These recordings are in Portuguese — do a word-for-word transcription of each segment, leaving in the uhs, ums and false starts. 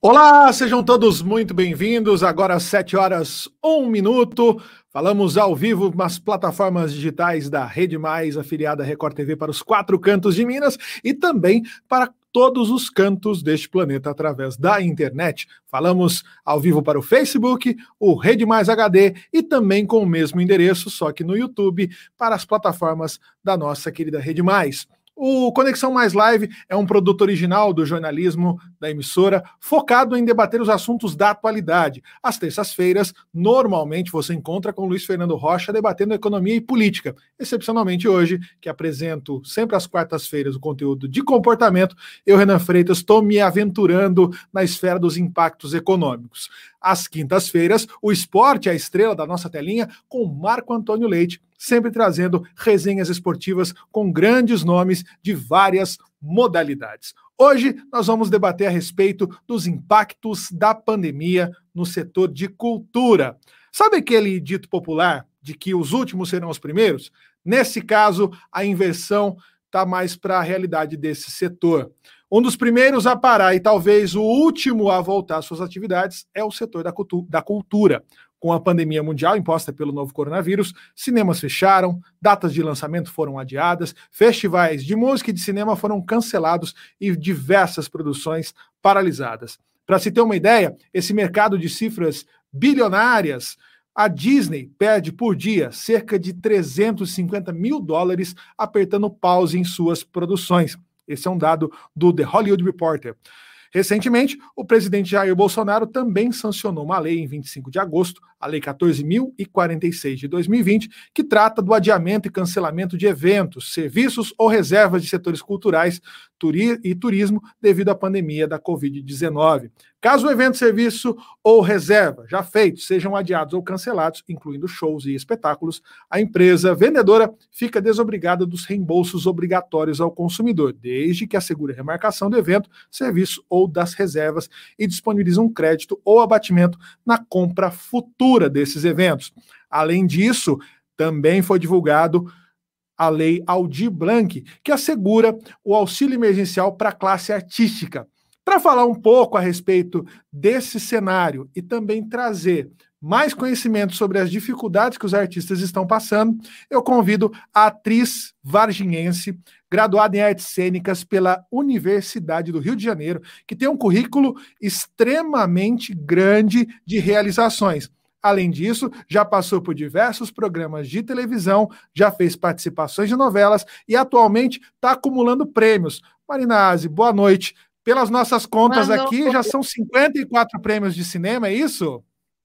Olá, sejam todos muito bem-vindos. Agora às sete horas, um minuto. Falamos ao vivo nas plataformas digitais da Rede Mais, afiliada à Record T V para os quatro cantos de Minas e também para todos os cantos deste planeta através da internet. Falamos ao vivo para o Facebook, o Rede Mais H D e também com o mesmo endereço, só que no YouTube, para as plataformas da nossa querida Rede Mais. O Conexão Mais Live é um produto original do jornalismo da emissora, focado em debater os assuntos da atualidade. Às terças-feiras, normalmente você encontra com Luiz Fernando Rocha debatendo economia e política. Excepcionalmente hoje, que apresento sempre às quartas-feiras o conteúdo de comportamento, eu, Renan Freitas, estou me aventurando na esfera dos impactos econômicos. Às quintas-feiras, o esporte é a estrela da nossa telinha com Marco Antônio Leite, sempre trazendo resenhas esportivas com grandes nomes de várias modalidades. Hoje nós vamos debater a respeito dos impactos da pandemia no setor de cultura. Sabe aquele dito popular de que os últimos serão os primeiros? Nesse caso, a inversão está mais para a realidade desse setor. Um dos primeiros a parar e talvez o último a voltar às suas atividades é o setor da cultu- da cultura. Com a pandemia mundial imposta pelo novo coronavírus, cinemas fecharam, datas de lançamento foram adiadas, festivais de música e de cinema foram cancelados e diversas produções paralisadas. Para se ter uma ideia, esse mercado de cifras bilionárias, a Disney perde por dia cerca de trezentos e cinquenta mil dólares apertando pause em suas produções. Esse é um dado do The Hollywood Reporter. Recentemente, o presidente Jair Bolsonaro também sancionou uma lei em vinte e cinco de agosto, a Lei quatorze mil e quarenta e seis de dois mil e vinte, que trata do adiamento e cancelamento de eventos, serviços ou reservas de setores culturais turi- e turismo devido à pandemia da covid dezenove. Caso o evento, serviço ou reserva já feitos sejam adiados ou cancelados, incluindo shows e espetáculos, a empresa vendedora fica desobrigada dos reembolsos obrigatórios ao consumidor, desde que assegure a remarcação do evento, serviço ou das reservas e disponibilize um crédito ou abatimento na compra futura desses eventos. Além disso, também foi divulgado a Lei Aldir Blanc, que assegura o auxílio emergencial para a classe artística. Para falar um pouco a respeito desse cenário e também trazer mais conhecimento sobre as dificuldades que os artistas estão passando, eu convido a atriz varginhense, graduada em artes cênicas pela Universidade do Rio de Janeiro, que tem um currículo extremamente grande de realizações. Além disso, já passou por diversos programas de televisão, já fez participações de novelas e atualmente está acumulando prêmios. Marina Aze, boa noite. Pelas nossas contas Mano, aqui, já são cinquenta e quatro prêmios de cinema, é isso?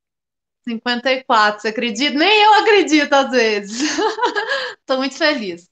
cinquenta e quatro, você acredita? Nem eu acredito às vezes. Estou muito feliz.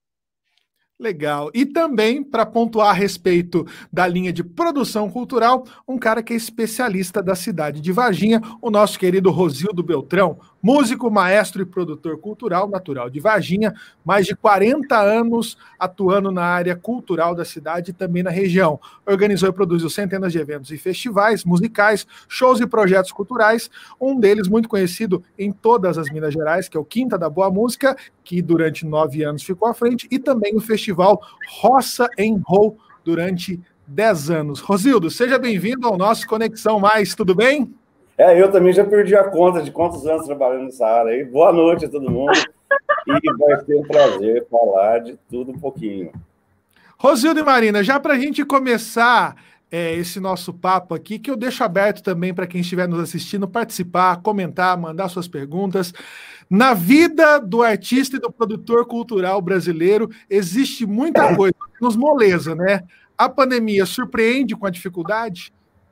Legal. E também, para pontuar a respeito da linha de produção cultural, um cara que é especialista da cidade de Varginha, o nosso querido Rosildo Beltrão, músico, maestro e produtor cultural natural de Varginha, mais de quarenta anos atuando na área cultural da cidade e também na região. Organizou e produziu centenas de eventos e festivais musicais, shows e projetos culturais, um deles muito conhecido em todas as Minas Gerais, que é o Quinta da Boa Música, que durante nove anos ficou à frente, e também o Festival Roça em Roll durante dez anos. Rosildo, seja bem-vindo ao nosso Conexão Mais, tudo bem? É, eu também já perdi a conta de quantos anos trabalhando nessa área aí. Boa noite a todo mundo. E vai ser um prazer falar de tudo um pouquinho. Rosildo e Marina, já para a gente começar é, esse nosso papo aqui, que eu deixo aberto também para quem estiver nos assistindo participar, comentar, mandar suas perguntas. Na vida do artista e do produtor cultural brasileiro, existe muita coisa, nos moleza, né? A pandemia surpreende com a dificuldade?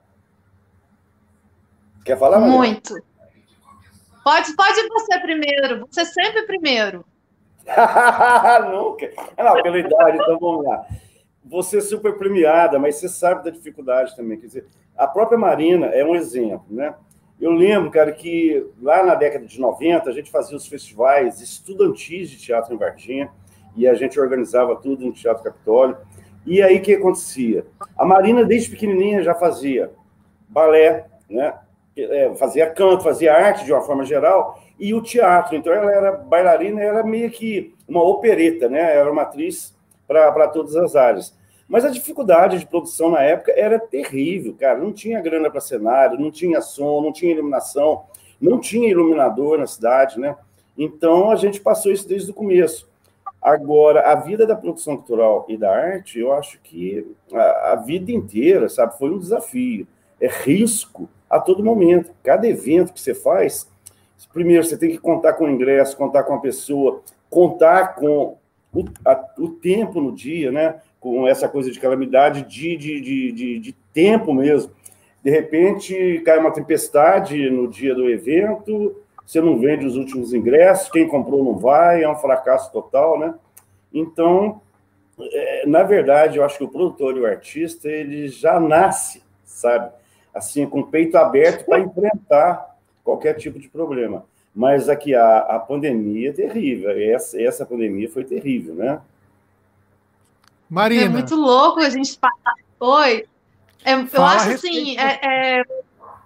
Quer falar, Maria? Muito. Pode, pode você primeiro, você sempre primeiro. Nunca. Não, pela idade, então vamos lá. Você é super premiada, mas você sabe da dificuldade também. Quer dizer, a própria Marina é um exemplo, né? Eu lembro, cara, que lá na década de noventa, a gente fazia os festivais estudantis de teatro em Varginha, e a gente organizava tudo no Teatro Capitólio. E aí, o que acontecia? A Marina, desde pequenininha, já fazia balé, né? É, fazia canto, fazia arte de uma forma geral, e o teatro. Então, ela era bailarina, era meio que uma opereta, né? Era uma atriz para todas as áreas. Mas a dificuldade de produção na época era terrível, cara. Não tinha grana para cenário, não tinha som, não tinha iluminação, não tinha iluminador na cidade, né? Então, a gente passou isso desde o começo. Agora, a vida da produção cultural e da arte, eu acho que a, a vida inteira, sabe, foi um desafio. É risco a todo momento. Cada evento que você faz, primeiro você tem que contar com o ingresso, contar com a pessoa, contar com o, a, o tempo no dia, né? Com essa coisa de calamidade, de, de, de, de, de tempo mesmo. De repente, cai uma tempestade no dia do evento, você não vende os últimos ingressos, quem comprou não vai, é um fracasso total, né? Então, é, na verdade, eu acho que o produtor e o artista, ele já nasce, sabe? Assim, com o peito aberto para enfrentar qualquer tipo de problema. Mas aqui, a, a pandemia é terrível, essa, essa pandemia foi terrível, né? Marina. É muito louco a gente falar. Oi. É, eu acho assim. É, é...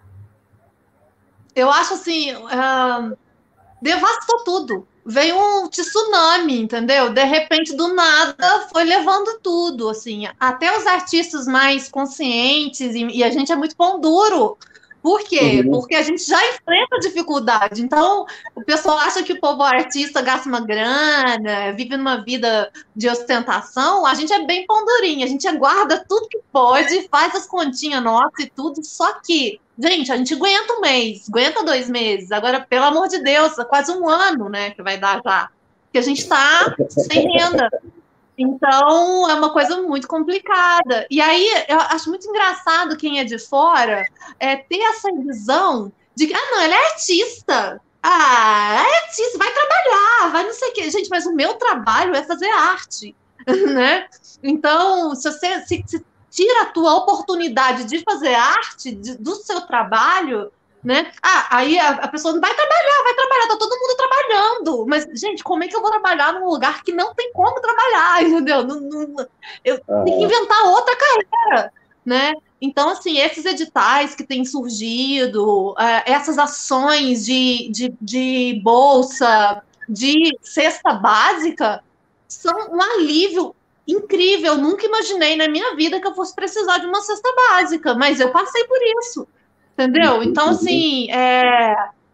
Eu acho assim. Uh... Devastou tudo. Veio um tsunami, entendeu? De repente, do nada, foi levando tudo, assim. Até os artistas mais conscientes, e, e a gente é muito pão duro. Por quê? Uhum. Porque a gente já enfrenta dificuldade. Então, o pessoal acha que o povo artista gasta uma grana, vive numa vida de ostentação. A gente é bem pão durinho, a gente guarda tudo que pode, faz as continhas nossas e tudo. Só que, gente, a gente aguenta um mês, aguenta dois meses. Agora, pelo amor de Deus, é quase um ano, né, que vai dar já. Porque a gente está sem renda. Então, é uma coisa muito complicada. E aí, eu acho muito engraçado quem é de fora é, ter essa visão de que, ah, não, ela é artista. Ah, é artista, vai trabalhar, vai não sei o quê. Gente, mas o meu trabalho é fazer arte, né? Então, se você se, se tira a tua oportunidade de fazer arte de, do seu trabalho, né? Ah, aí a, a pessoa não vai trabalhar, vai trabalhar, tá todo mundo trabalhando. Mas, gente, como é que eu vou trabalhar num lugar que não tem como trabalhar, entendeu? Não, não, eu ah. tenho que inventar outra carreira, né? Então, assim, esses editais que têm surgido, uh, essas ações de, de, de bolsa, de cesta básica, são um alívio incrível. Eu nunca imaginei na minha vida que eu fosse precisar de uma cesta básica, mas eu passei por isso. Entendeu? Então, assim, é,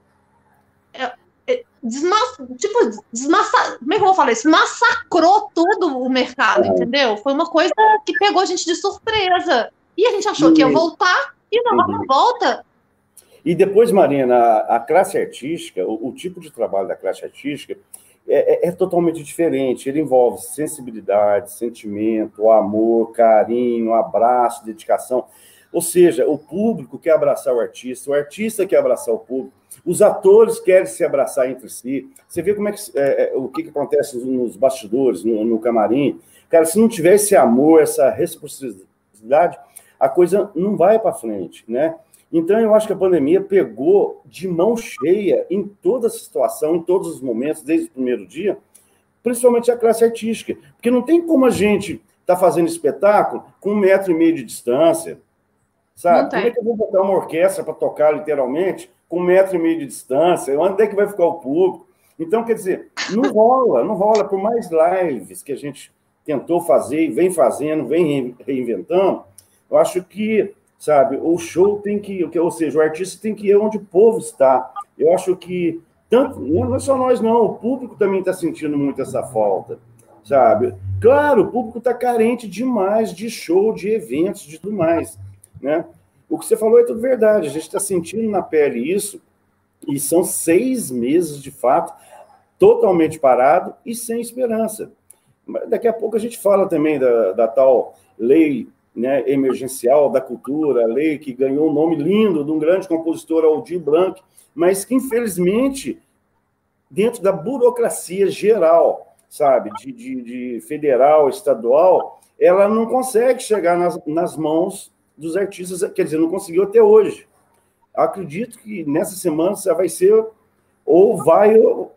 é, é desma, tipo, desmassa, como é que eu vou falar isso? Massacrou tudo o mercado, entendeu? Foi uma coisa que pegou a gente de surpresa. E a gente achou que ia voltar e não, não volta. E depois, Marina, a, a classe artística, o, o tipo de trabalho da classe artística é, é, é totalmente diferente. Ele envolve sensibilidade, sentimento, amor, carinho, abraço, dedicação. Ou seja, o público quer abraçar o artista, o artista quer abraçar o público, os atores querem se abraçar entre si. Você vê como é que, é, o que, que acontece nos bastidores, no, no camarim. Cara, se não tiver esse amor, essa reciprocidade, a coisa não vai para frente, né? Então, eu acho que a pandemia pegou de mão cheia em toda a situação, em todos os momentos, desde o primeiro dia, principalmente a classe artística. Porque não tem como a gente estar tá fazendo espetáculo com um metro e meio de distância, sabe? Como é que eu vou botar uma orquestra para tocar, literalmente, com um metro e meio de distância? Onde é que vai ficar o público? Então, quer dizer, não rola, não rola. Por mais lives que a gente tentou fazer e vem fazendo, vem reinventando, eu acho que, sabe, o show tem que... Ou seja, o artista tem que ir onde o povo está. Eu acho que, tanto, não é só nós, não, o público também está sentindo muito essa falta, sabe? Claro, o público está carente demais de show, de eventos, de tudo mais. Né? O que você falou é tudo verdade, a gente está sentindo na pele isso, e são seis meses, de fato, totalmente parado e sem esperança. Mas daqui a pouco a gente fala também da, da tal lei, né, emergencial da cultura, a lei que ganhou um nome lindo de um grande compositor, Aldir Blanc, mas que, infelizmente, dentro da burocracia geral, sabe, de, de, de federal, estadual, ela não consegue chegar nas, nas mãos dos artistas, quer dizer, não conseguiu até hoje. Acredito que nessa semana já vai ser, ou vai, ou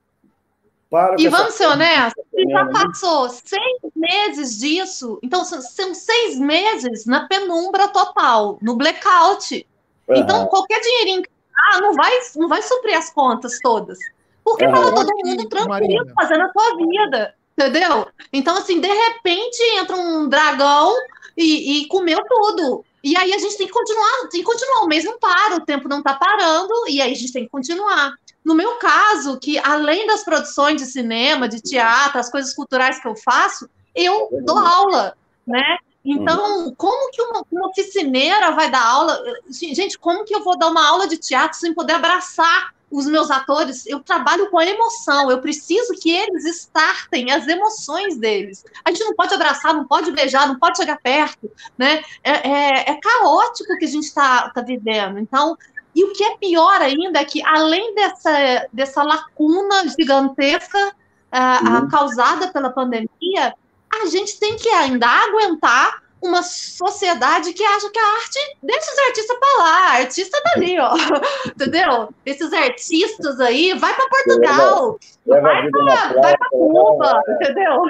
para... E vamos ser honestos, já passou seis meses disso, então são seis meses na penumbra total, no blackout. Uhum. Então, qualquer dinheirinho que ah, não vai, não vai suprir as contas todas. Porque estava uhum. todo mundo tranquilo, Marina, fazendo a sua vida. entendeu? Então, assim, de repente entra um dragão e, e comeu tudo. E aí a gente tem que continuar, tem que continuar, o mês não para, o tempo não está parando, e aí a gente tem que continuar. No meu caso, que além das produções de cinema, de teatro, as coisas culturais que eu faço, eu dou aula, né? Então, como que uma, uma oficineira vai dar aula? Gente, como que eu vou dar uma aula de teatro sem poder abraçar os meus atores? Eu trabalho com a emoção, eu preciso que eles startem as emoções deles. A gente não pode abraçar, não pode beijar, não pode chegar perto, né? É, é, é caótico o que a gente está tá vivendo. Então, e o que é pior ainda é que, além dessa, dessa lacuna gigantesca uh, uh, causada pela pandemia, a gente tem que ainda aguentar uma sociedade que acha que a arte deixa os artistas para lá, a artista tá ali, ó, entendeu? Esses artistas aí, vai para Portugal, vai para Cuba, entendeu?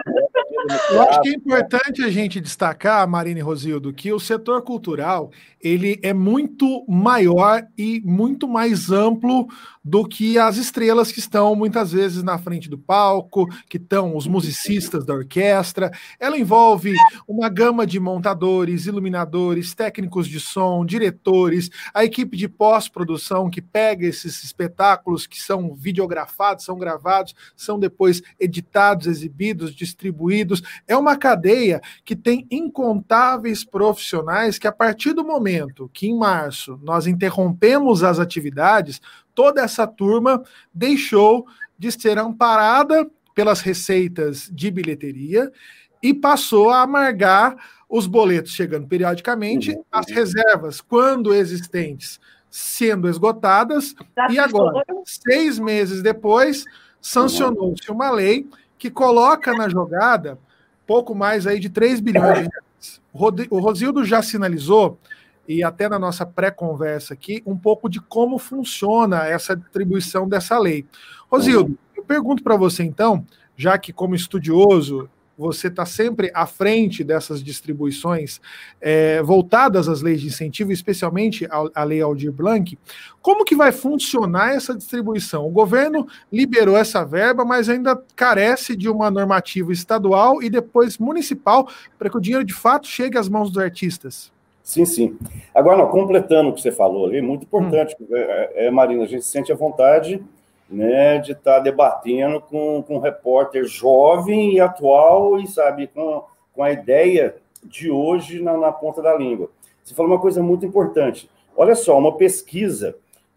Eu acho que é importante a gente destacar, Marina e Rosildo, que o setor cultural ele é muito maior e muito mais amplo do que as estrelas que estão muitas vezes na frente do palco, que estão os musicistas da orquestra. Ela envolve uma gama de montadores, iluminadores, técnicos de som, diretores, a equipe de pós-produção que pega esses espetáculos que são videografados, são gravados, são depois editados, exibidos, distribuídos. É uma cadeia que tem incontáveis profissionais que, a partir do momento que em março nós interrompemos as atividades, toda essa turma deixou de ser amparada pelas receitas de bilheteria e passou a amargar os boletos chegando periodicamente, uhum. as reservas, quando existentes, sendo esgotadas, e agora, seis meses depois, sancionou-se uma lei que coloca na jogada pouco mais aí de três bilhões de reais. O Rosildo já sinalizou, e até na nossa pré-conversa aqui, um pouco de como funciona essa distribuição dessa lei. Rosildo, eu pergunto para você então, já que como estudioso, você está sempre à frente dessas distribuições é, voltadas às leis de incentivo, especialmente a, a Lei Aldir Blanc, como que vai funcionar essa distribuição? O governo liberou essa verba, mas ainda carece de uma normativa estadual e depois municipal para que o dinheiro de fato chegue às mãos dos artistas. Sim, sim. Agora, não, completando o que você falou ali, muito importante, hum. é, é, Marina, a gente sente a vontade, né, de estar tá debatendo com, com um repórter jovem e atual e, sabe, com, com a ideia de hoje na, na ponta da língua. Você falou uma coisa muito importante. Olha só, uma pesquisa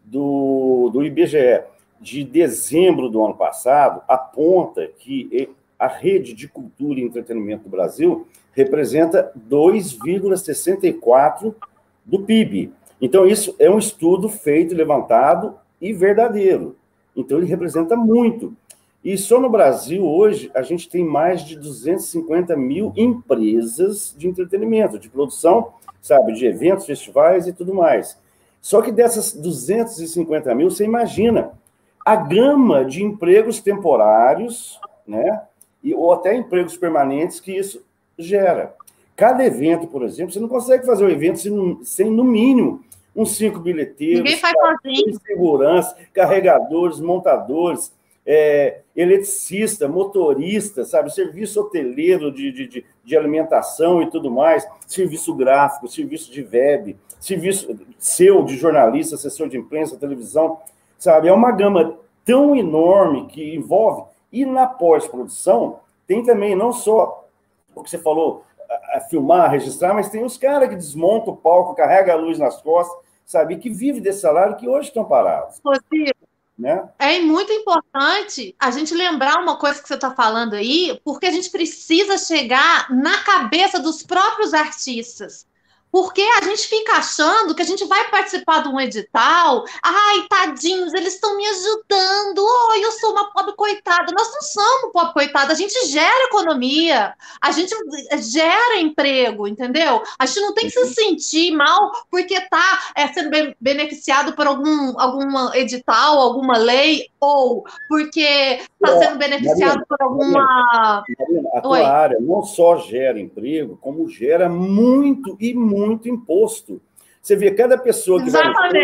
do, do I B G E de dezembro do ano passado aponta que a rede de cultura e entretenimento do Brasil representa dois vírgula sessenta e quatro por cento do P I B. Então, isso é um estudo feito, levantado e verdadeiro. Então, ele representa muito. E só no Brasil, hoje, a gente tem mais de duzentas e cinquenta mil empresas de entretenimento, de produção, sabe, de eventos, festivais e tudo mais. Só que dessas duzentas e cinquenta mil, você imagina a gama de empregos temporários, né, e, ou até empregos permanentes que isso gera. Cada evento, por exemplo, você não consegue fazer um evento sem, sem no mínimo, uns cinco bilheteiros, ninguém faz sozinho, segurança, carregadores, montadores, é, eletricista, motorista, sabe, serviço hoteleiro de, de, de, de alimentação e tudo mais, serviço gráfico, serviço de web, serviço seu de jornalista, assessor de imprensa, televisão, sabe, é uma gama tão enorme que envolve, e na pós-produção tem também não só o que você falou, a, a filmar, a registrar, mas tem os caras que desmontam o palco, carregam a luz nas costas, sabe? Que vive desse salário que hoje estão parados. Rodrigo, né? É muito importante a gente lembrar uma coisa que você está falando aí, porque a gente precisa chegar na cabeça dos próprios artistas. Porque a gente fica achando que a gente vai participar de um edital, ai, tadinhos, eles estão me ajudando, oh, eu sou uma pobre coitada. Nós não somos pobre coitada, a gente gera economia, a gente gera emprego, entendeu? A gente não tem que se sentir mal porque está é, sendo beneficiado por algum, algum edital, alguma lei, ou porque está sendo beneficiado Marina, por alguma... Marina, a tua Oi. área não só gera emprego, como gera muito e muito imposto. Você vê, cada pessoa que Exatamente. vai...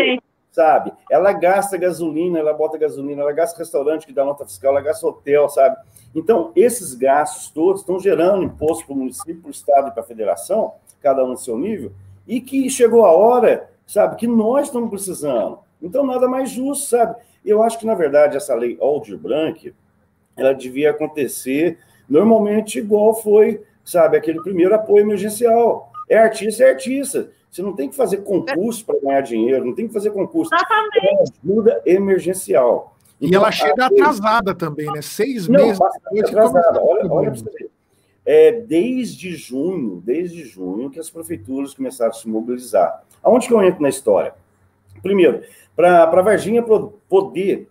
sabe? Ela gasta gasolina, ela bota gasolina, ela gasta restaurante que dá nota fiscal, ela gasta hotel, sabe? Então, esses gastos todos estão gerando imposto para o município, para o estado e para a federação, cada um no seu nível, e que chegou a hora, sabe, que nós estamos precisando. Então, nada mais justo, sabe? Eu acho que, na verdade, essa lei Aldir Blanc, ela devia acontecer normalmente igual foi, sabe, aquele primeiro apoio emergencial. É artista, é artista. Você não tem que fazer concurso para ganhar dinheiro, não tem que fazer concurso. É ajuda emergencial. E então, ela chega a... atrasada também, né? Seis não, meses depois. Atrasada. Olha, olha para você ver. É, desde junho, desde junho, que as prefeituras começaram a se mobilizar. Aonde que eu entro na história? Primeiro, para a Varginha poder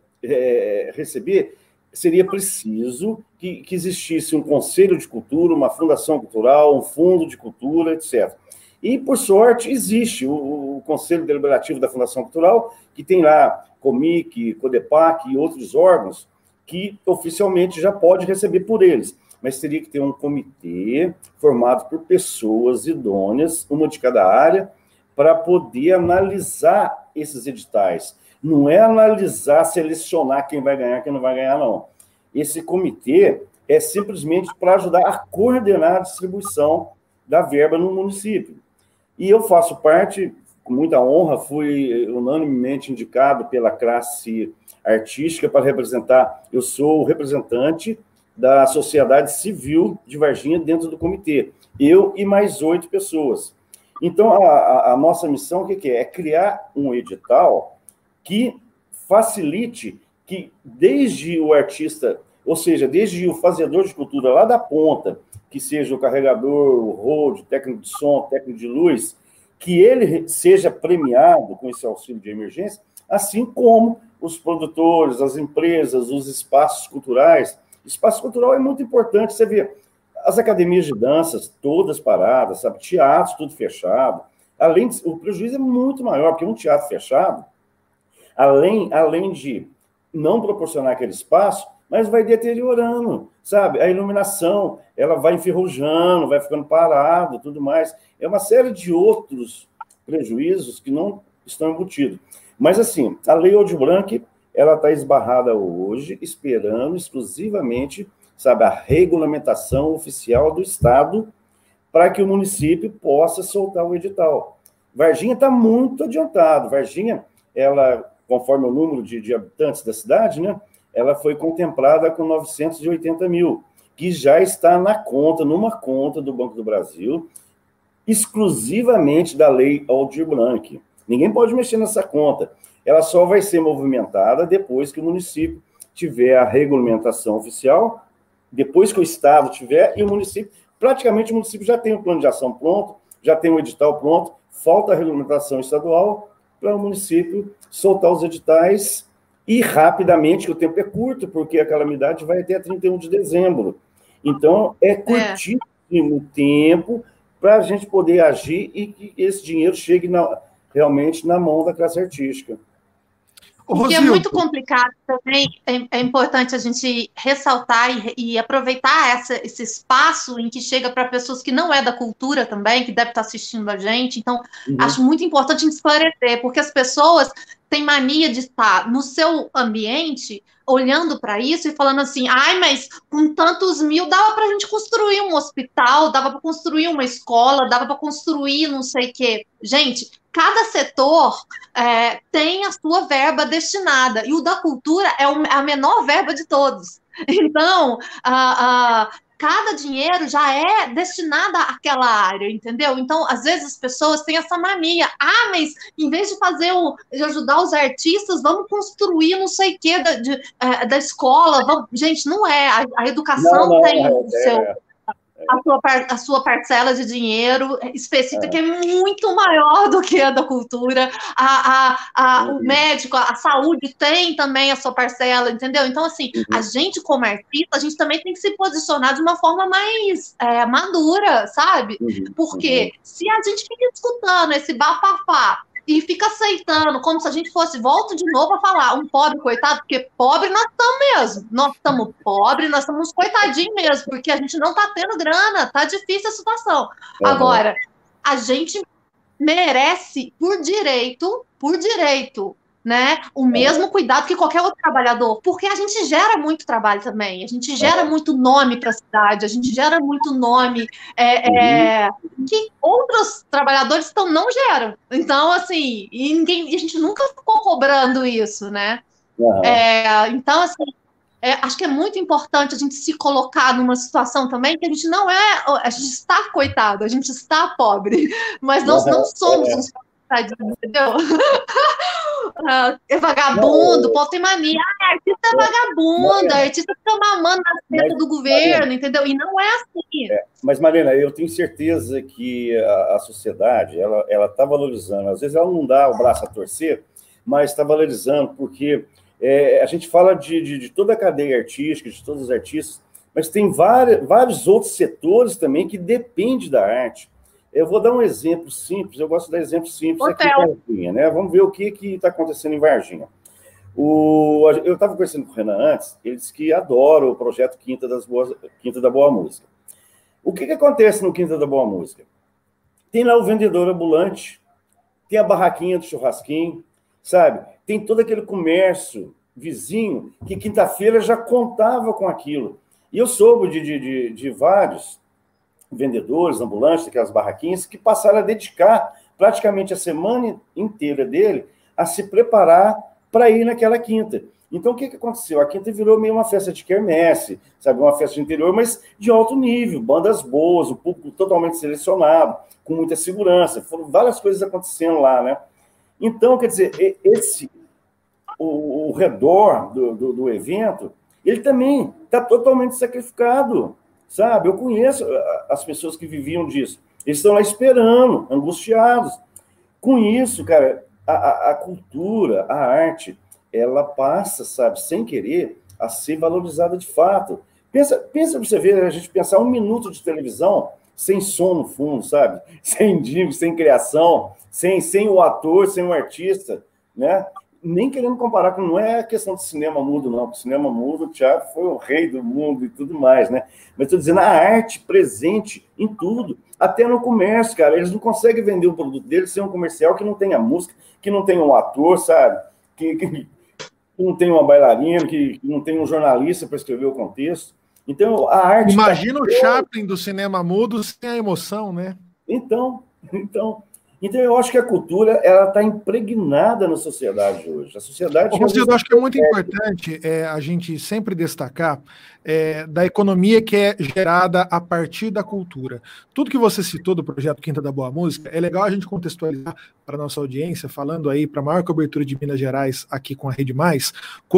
é, receber, seria preciso que, que existisse um conselho de cultura, uma fundação cultural, um fundo de cultura, etcétera. E, por sorte, existe o, o Conselho Deliberativo da Fundação Cultural, que tem lá Comic, Codepac e outros órgãos que oficialmente já pode receber por eles. Mas teria que ter um comitê formado por pessoas idôneas, uma de cada área, para poder analisar esses editais. Não é analisar, selecionar quem vai ganhar, quem não vai ganhar, não. Esse comitê é simplesmente para ajudar a coordenar a distribuição da verba no município. E eu faço parte, com muita honra, fui unanimemente indicado pela classe artística para representar, eu sou o representante da sociedade civil de Varginha dentro do comitê, eu e mais oito pessoas. Então, a, a, a nossa missão, o que, que é? É criar um edital que facilite que, desde o artista, ou seja, desde o fazedor de cultura lá da ponta, que seja o carregador, o road, técnico de som, técnico de luz, que ele seja premiado com esse auxílio de emergência, assim como os produtores, as empresas, os espaços culturais. Espaço cultural é muito importante, você vê, as academias de danças todas paradas, sabe? Teatros tudo fechado. Além de, o prejuízo é muito maior, porque um teatro fechado, além, além de não proporcionar aquele espaço, mas vai deteriorando, sabe? A iluminação, ela vai enferrujando, vai ficando parado, tudo mais. É uma série de outros prejuízos que não estão embutidos. Mas, assim, a Lei Aldir Blanc, ela está esbarrada hoje, esperando exclusivamente, sabe, a regulamentação oficial do Estado para que o município possa soltar o edital. Varginha está muito adiantado. Varginha, ela, conforme o número de, de habitantes da cidade, né? Ela foi contemplada com novecentos e oitenta mil, que já está na conta, numa conta do Banco do Brasil, exclusivamente da Lei Aldir Blanc. Ninguém pode mexer nessa conta. Ela só vai ser movimentada depois que o município tiver a regulamentação oficial, depois que o Estado tiver, e o município, praticamente o município já tem o plano de ação pronto, já tem o edital pronto, falta a regulamentação estadual para o município soltar os editais e rapidamente, que o tempo é curto, porque a calamidade vai até trinta e um de dezembro. Então, é curtíssimo o tempo para a gente poder agir e que esse dinheiro chegue na, realmente na mão da classe artística. O que é muito complicado também, é, é importante a gente ressaltar e, e aproveitar essa, esse espaço em que chega para pessoas que não é da cultura também, que deve estar assistindo a gente. Então, uhum. acho muito importante a gente esclarecer, porque as pessoas têm mania de estar no seu ambiente olhando para isso e falando assim, ai, mas com tantos mil dava para a gente construir um hospital, dava para construir uma escola, dava para construir não sei o quê. Gente, cada setor é, tem a sua verba destinada, e o da cultura é a menor verba de todos. Então, a, a, cada dinheiro já é destinado àquela área, entendeu? Então, às vezes as pessoas têm essa mania. Ah, mas em vez de fazer o, de ajudar os artistas, vamos construir não sei o quê da, de, é, da escola. Vamos... Gente, não é. A, a educação não, não, tem é, o seu... É. A sua, a sua parcela de dinheiro específica, é. que é muito maior do que a da cultura, a, a, a, uhum. o médico, a, a saúde tem também a sua parcela, entendeu? Então, assim, uhum. a gente como artista, a gente também tem que se posicionar de uma forma mais é, madura, sabe? Uhum. Porque uhum. se a gente fica escutando esse bafafá e fica aceitando, como se a gente fosse, volto de novo a falar, um pobre coitado, porque pobre nós estamos mesmo, nós estamos pobres, nós estamos coitadinhos mesmo, porque a gente não está tendo grana, tá difícil a situação. Uhum. Agora, a gente merece, por direito, por direito, né, o mesmo cuidado que qualquer outro trabalhador, porque a gente gera muito trabalho também, a gente gera muito nome para a cidade, a gente gera muito nome é, é, que outros trabalhadores então não geram. Então, assim, e ninguém, e a gente nunca ficou cobrando isso, né? Uhum. É, então, assim, é, acho que é muito importante a gente se colocar numa situação também que a gente não é, a gente está coitado, a gente está pobre, mas nós uhum. não somos é. uns coitadinhos, entendeu? É vagabundo, o povo tem mania, ah, artista é vagabundo, é. artista fica mamando na seta do governo, Marina, entendeu? E não é assim. É, mas, Marina, eu tenho certeza que a, a sociedade, ela ela está valorizando, às vezes ela não dá o braço a torcer, mas está valorizando, porque é, a gente fala de, de, de toda a cadeia artística, de todos os artistas, mas tem vários, vários outros setores também que dependem da arte. Eu vou dar um exemplo simples, eu gosto de dar exemplo simples Hotel. aqui em Varginha, né? Vamos ver o que está acontecendo em Varginha. O, eu estava conversando com o Renan antes, ele disse que adora o projeto Quinta, das Boas, Quinta da Boa Música. O que, que acontece no Quinta da Boa Música? Tem lá o vendedor ambulante, tem a barraquinha do churrasquinho, sabe? Tem todo aquele comércio vizinho que quinta-feira já contava com aquilo. E eu soube de, de, de, de vários vendedores, ambulantes, aquelas barraquinhas, que passaram a dedicar praticamente a semana inteira dele a se preparar para ir naquela quinta. Então, o que, que aconteceu? A quinta virou meio uma festa de quermesse, sabe? Uma festa de interior, mas de alto nível, bandas boas, o público totalmente selecionado, com muita segurança. Foram várias coisas acontecendo lá, né? Então, quer dizer, esse, o, o redor do, do, do evento, ele também está totalmente sacrificado, sabe? Eu conheço as pessoas que viviam disso. Eles estão lá esperando, angustiados. Com isso, cara, a, a, a cultura, a arte, ela passa, sabe, sem querer, a ser valorizada de fato. Pensa, pensa para você ver, a gente pensar um minuto de televisão sem som no fundo, sabe? Sem digo, sem criação, sem, sem o ator, sem o artista, né? Nem querendo comparar com, não é a questão de cinema mudo, não, porque o cinema mudo, o teatro foi o rei do mundo e tudo mais, né? Mas estou dizendo, a arte presente em tudo, até no comércio, cara, eles não conseguem vender o produto deles sem um comercial que não tenha música, que não tenha um ator, sabe? Que, que, que não tenha uma bailarina, que, que não tenha um jornalista para escrever o contexto. Então, a arte... Imagina tá... o Chaplin do cinema mudo sem a emoção, né? Então, então... Então, eu acho que a cultura ela está impregnada na sociedade hoje. A sociedade... Ô, eu acho que é muito importante é, a gente sempre destacar é, da economia que é gerada a partir da cultura. Tudo que você citou do projeto Quinta da Boa Música, é legal a gente contextualizar para a nossa audiência, falando aí para a maior cobertura de Minas Gerais aqui com a Rede Mais,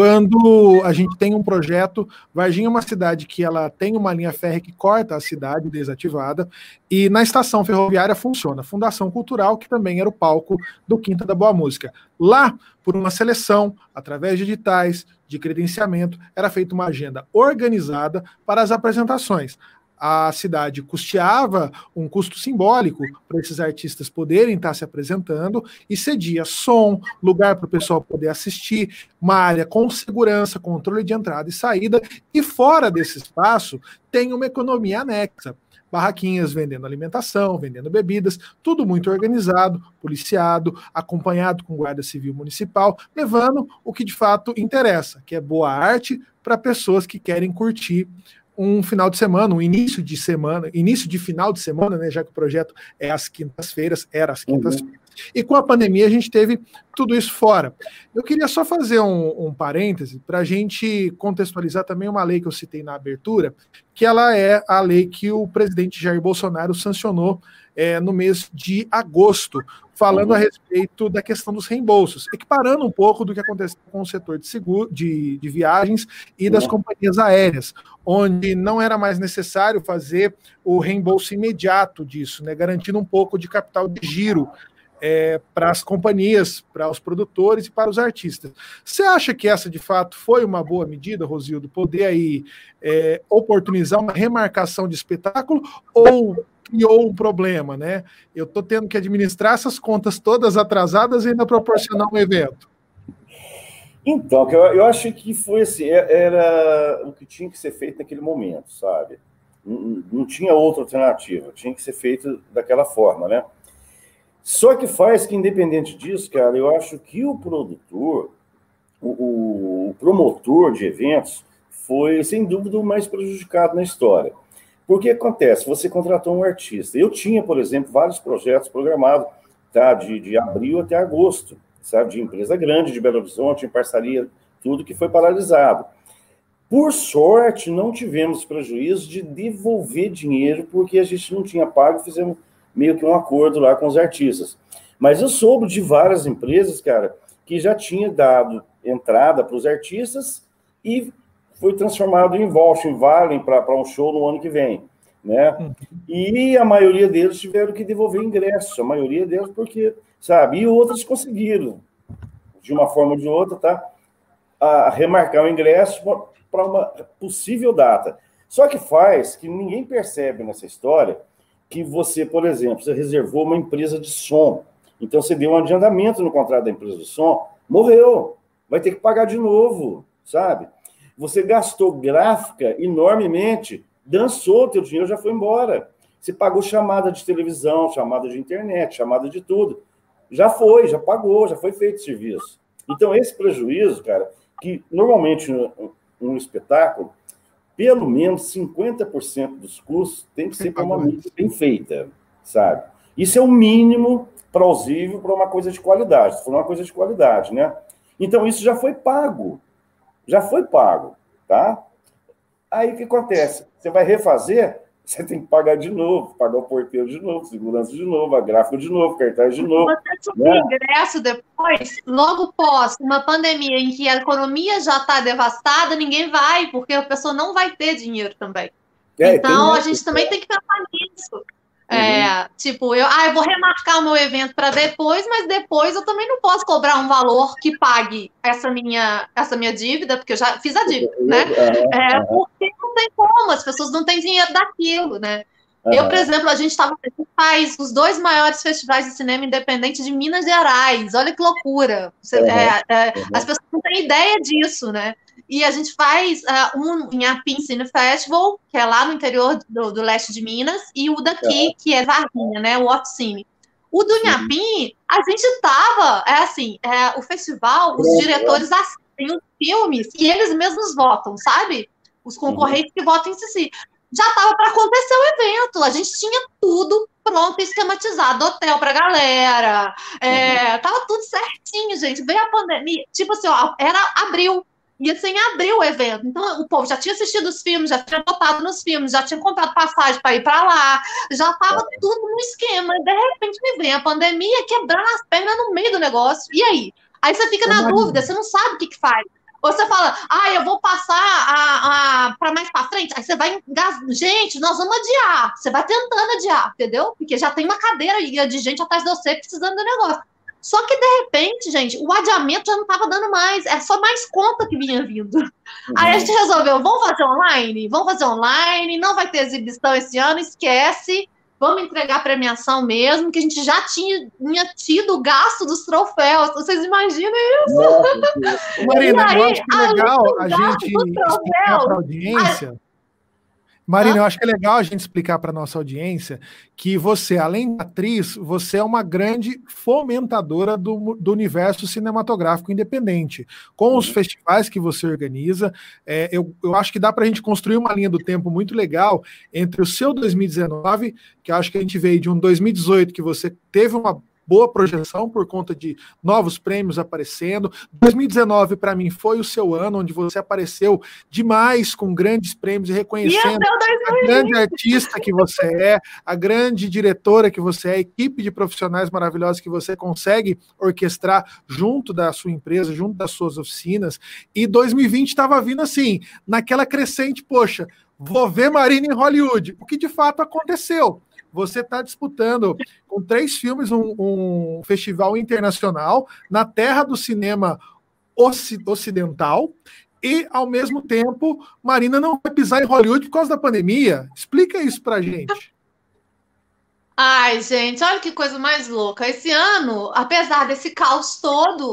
quando a gente tem um projeto, Varginha é uma cidade que ela tem uma linha férrea que corta a cidade desativada, e na estação ferroviária funciona a Fundação Cultural, que também era o palco do Quinta da Boa Música. Lá, por uma seleção, através de editais, de credenciamento, era feita uma agenda organizada para as apresentações. A cidade custeava um custo simbólico para esses artistas poderem estar se apresentando e cedia som, lugar para o pessoal poder assistir, uma área com segurança, controle de entrada e saída, e fora desse espaço tem uma economia anexa. Barraquinhas vendendo alimentação, vendendo bebidas, tudo muito organizado, policiado, acompanhado com guarda civil municipal, levando o que de fato interessa, que é boa arte para pessoas que querem curtir um final de semana, um início de semana, início de final de semana, né, já que o projeto é às quintas-feiras, era às quintas-feiras. Uhum. E com a pandemia a gente teve tudo isso fora. Eu queria só fazer um, um parêntese para a gente contextualizar também uma lei que eu citei na abertura, que ela é a lei que o presidente Jair Bolsonaro sancionou é, no mês de agosto, falando a respeito da questão dos reembolsos, equiparando um pouco do que aconteceu com o setor de, seguro, de, de viagens e das companhias aéreas, onde não era mais necessário fazer o reembolso imediato disso, né, garantindo um pouco de capital de giro É, para as companhias, para os produtores e para os artistas. Você acha que essa, de fato, foi uma boa medida, Rosildo, poder aí é, oportunizar uma remarcação de espetáculo ou criou um problema, né? Eu estou tendo que administrar essas contas todas atrasadas e ainda proporcionar um evento. Então, eu, eu acho que foi assim, era o que tinha que ser feito naquele momento, sabe? Não, não tinha outra alternativa, tinha que ser feito daquela forma, né? Só que faz que, independente disso, cara, eu acho que o produtor, o, o promotor de eventos, foi, sem dúvida, o mais prejudicado na história. Porque acontece, você contratou um artista. Eu tinha, por exemplo, vários projetos programados, tá, de, de abril até agosto, sabe, de empresa grande de Belo Horizonte, em parceria, tudo que foi paralisado. Por sorte, não tivemos prejuízo de devolver dinheiro, porque a gente não tinha pago, fizemos meio que um acordo lá com os artistas. Mas eu soube de várias empresas, cara, que já tinha dado entrada para os artistas e foi transformado em voucher, em vale para um show no ano que vem, né? Uhum. E a maioria deles tiveram que devolver ingresso, a maioria deles porque, sabe, e outros conseguiram, de uma forma ou de outra, tá, a remarcar o ingresso para uma possível data. Só que faz que ninguém percebe nessa história que você, por exemplo, você reservou uma empresa de som, então você deu um adiantamento no contrato da empresa de som, morreu, vai ter que pagar de novo, sabe? Você gastou gráfica enormemente, dançou, teu dinheiro já foi embora. Você pagou chamada de televisão, chamada de internet, chamada de tudo. Já foi, já pagou, já foi feito o serviço. Então, esse prejuízo, cara, que normalmente um espetáculo, pelo menos cinquenta por cento dos custos tem que ser para uma mídia bem feita, sabe? Isso é o mínimo plausível para uma coisa de qualidade. Se for uma coisa de qualidade, né? Então, isso já foi pago. Já foi pago, tá? Aí o que acontece? Você vai refazer, você tem que pagar de novo, pagar o porteiro de novo, segurança de novo, a gráfica de novo, cartaz de novo. Você subir né? ingresso depois, logo pós uma pandemia em que a economia já está devastada, ninguém vai, porque a pessoa não vai ter dinheiro também. É, então, a gente também tem que pensar nisso. É, uhum. Tipo, eu, ah, eu vou remarcar o meu evento para depois, mas depois eu também não posso cobrar um valor que pague essa minha, essa minha dívida, porque eu já fiz a dívida, né? Uhum. É, porque não tem como, as pessoas não têm dinheiro daquilo, né? Uhum. Eu, por exemplo, a gente tava, a gente faz os dois maiores festivais de cinema independente de Minas Gerais, olha que loucura. Você, uhum. é, é, uhum. As pessoas não têm ideia disso, né? E a gente faz uh, um em Apim Cine Festival, que é lá no interior do, do leste de Minas, e o daqui, é. que é Varginha, né, o Oficine. O do Inhapim, a gente tava, é assim, é, o festival, os é, diretores é. assistem os filmes e eles mesmos votam, sabe? Os concorrentes uhum. que votam em si. Já tava para acontecer o evento, a gente tinha tudo pronto, esquematizado, hotel pra galera, é, uhum. tava tudo certinho, gente. Veio a pandemia, tipo assim, ó, era abril. Ia ser em abril o evento. Então, o povo já tinha assistido os filmes, já tinha votado nos filmes, já tinha comprado passagem para ir para lá, já estava tudo no esquema. E, de repente, me vem a pandemia quebrando as pernas no meio do negócio. E aí? Aí você fica na dúvida, você não sabe o que, que faz. Ou você fala, ah, eu vou passar a, a, para mais para frente. Aí você vai engasgar. Gente, nós vamos adiar. Você vai tentando adiar, entendeu? Porque já tem uma cadeira de gente atrás de você precisando do negócio. Só que, de repente, gente, o adiamento já não estava dando mais, é só mais conta que vinha vindo. Uhum. Aí a gente resolveu, vamos fazer online? Vamos fazer online, não vai ter exibição esse ano, esquece, vamos entregar a premiação mesmo, que a gente já tinha, tinha tido o gasto dos troféus, vocês imaginam isso? Nossa, Marina, aí, eu acho que é legal a gente explicar para a audiência... A... Marina, eu acho que é legal a gente explicar para a nossa audiência que você, além de atriz, você é uma grande fomentadora do, do universo cinematográfico independente. Com os festivais que você organiza, é, eu, eu acho que dá para a gente construir uma linha do tempo muito legal entre o seu dois mil e dezenove, que eu acho que a gente veio de um dois mil e dezoito que você teve uma boa projeção por conta de novos prêmios aparecendo. dois mil e dezenove, para mim, foi o seu ano onde você apareceu demais com grandes prêmios e reconhecendo a grande artista que você é, a grande diretora que você é, a equipe de profissionais maravilhosos que você consegue orquestrar junto da sua empresa, junto das suas oficinas. E dois mil e vinte estava vindo assim, naquela crescente, poxa, vou ver Marina em Hollywood, o que de fato aconteceu. Você está disputando com três filmes um, um festival internacional na terra do cinema ocidental e, ao mesmo tempo, Marina não vai pisar em Hollywood por causa da pandemia. Explica isso pra gente. Ai, gente, olha que coisa mais louca. Esse ano, apesar desse caos todo,